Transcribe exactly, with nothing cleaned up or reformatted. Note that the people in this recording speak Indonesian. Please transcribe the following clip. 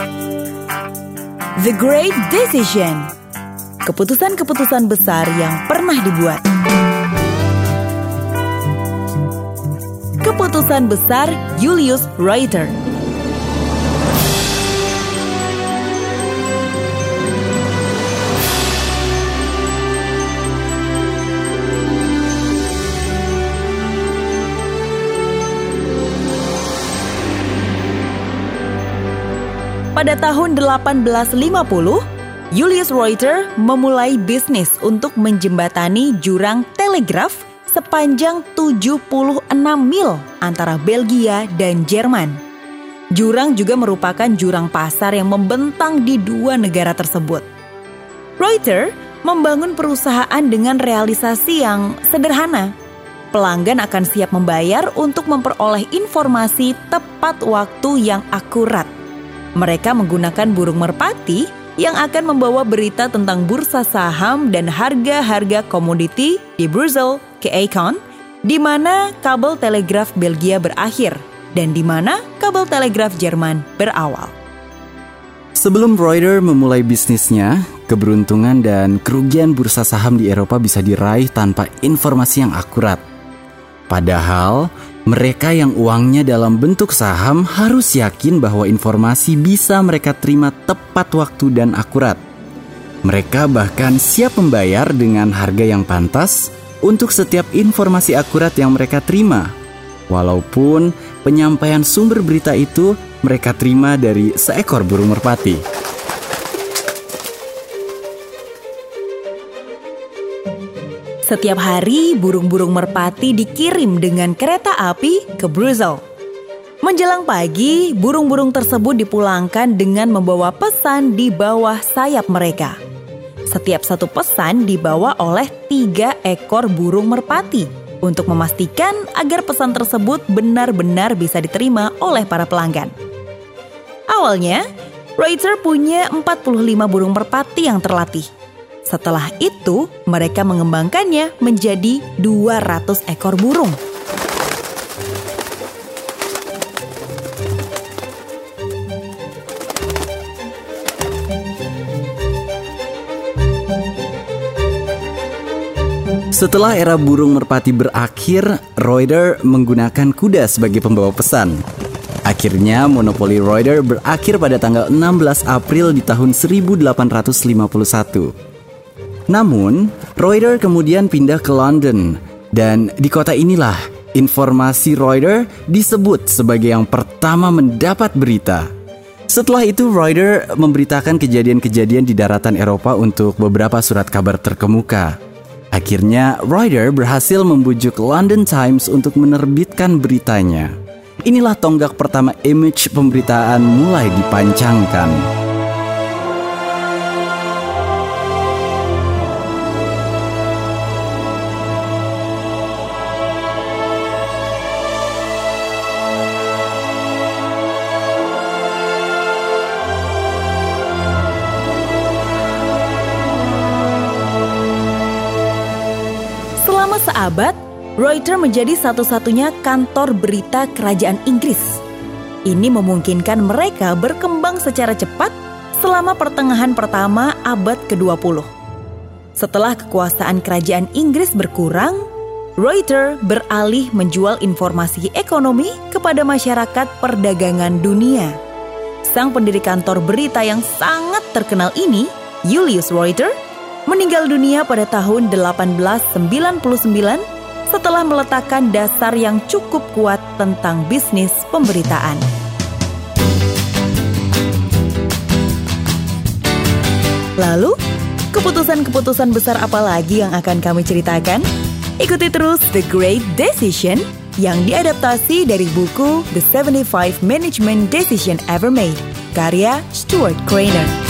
The Great Decision. Keputusan-keputusan besar yang pernah dibuat. Keputusan besar Julius Reuter. Pada tahun delapan belas lima puluh, Julius Reuter memulai bisnis untuk menjembatani jurang telegraf sepanjang tujuh puluh enam mil antara Belgia dan Jerman. Jurang juga merupakan jurang pasar yang membentang di dua negara tersebut. Reuter membangun perusahaan dengan realisasi yang sederhana. Pelanggan akan siap membayar untuk memperoleh informasi tepat waktu yang akurat. Mereka menggunakan burung merpati yang akan membawa berita tentang bursa saham dan harga-harga komoditi di Brussels ke Icon, di mana kabel telegraf Belgia berakhir dan di mana kabel telegraf Jerman berawal. Sebelum Reuter memulai bisnisnya, keberuntungan dan kerugian bursa saham di Eropa bisa diraih tanpa informasi yang akurat. Padahal, mereka yang uangnya dalam bentuk saham harus yakin bahwa informasi bisa mereka terima tepat waktu dan akurat. Mereka bahkan siap membayar dengan harga yang pantas untuk setiap informasi akurat yang mereka terima, walaupun penyampaian sumber berita itu mereka terima dari seekor burung merpati. Setiap hari, burung-burung merpati dikirim dengan kereta api ke Brussels. Menjelang pagi, burung-burung tersebut dipulangkan dengan membawa pesan di bawah sayap mereka. Setiap satu pesan dibawa oleh tiga ekor burung merpati untuk memastikan agar pesan tersebut benar-benar bisa diterima oleh para pelanggan. Awalnya, Reuter punya empat puluh lima burung merpati yang terlatih. Setelah itu, mereka mengembangkannya menjadi dua ratus ekor burung. Setelah era burung merpati berakhir, Reuter menggunakan kuda sebagai pembawa pesan. Akhirnya, monopoli Reuter berakhir pada tanggal enam belas April di tahun seribu delapan ratus lima puluh satu. Namun, Reuter kemudian pindah ke London, dan di kota inilah informasi Reuter disebut sebagai yang pertama mendapat berita. Setelah itu, Reuter memberitakan kejadian-kejadian di daratan Eropa untuk beberapa surat kabar terkemuka. Akhirnya, Reuter berhasil membujuk London Times untuk menerbitkan beritanya. Inilah tonggak pertama image pemberitaan mulai dipancangkan. Selama seabad, Reuter menjadi satu-satunya kantor berita kerajaan Inggris. Ini memungkinkan mereka berkembang secara cepat selama pertengahan pertama abad kedua puluh. Setelah kekuasaan kerajaan Inggris berkurang, Reuter beralih menjual informasi ekonomi kepada masyarakat perdagangan dunia. Sang pendiri kantor berita yang sangat terkenal ini, Julius Reuter, meninggal dunia pada tahun delapan belas sembilan puluh sembilan setelah meletakkan dasar yang cukup kuat tentang bisnis pemberitaan. Lalu, keputusan-keputusan besar apa lagi yang akan kami ceritakan? Ikuti terus The Great Decision yang diadaptasi dari buku The seventy-five Management Decision Ever Made, karya Stuart Craner.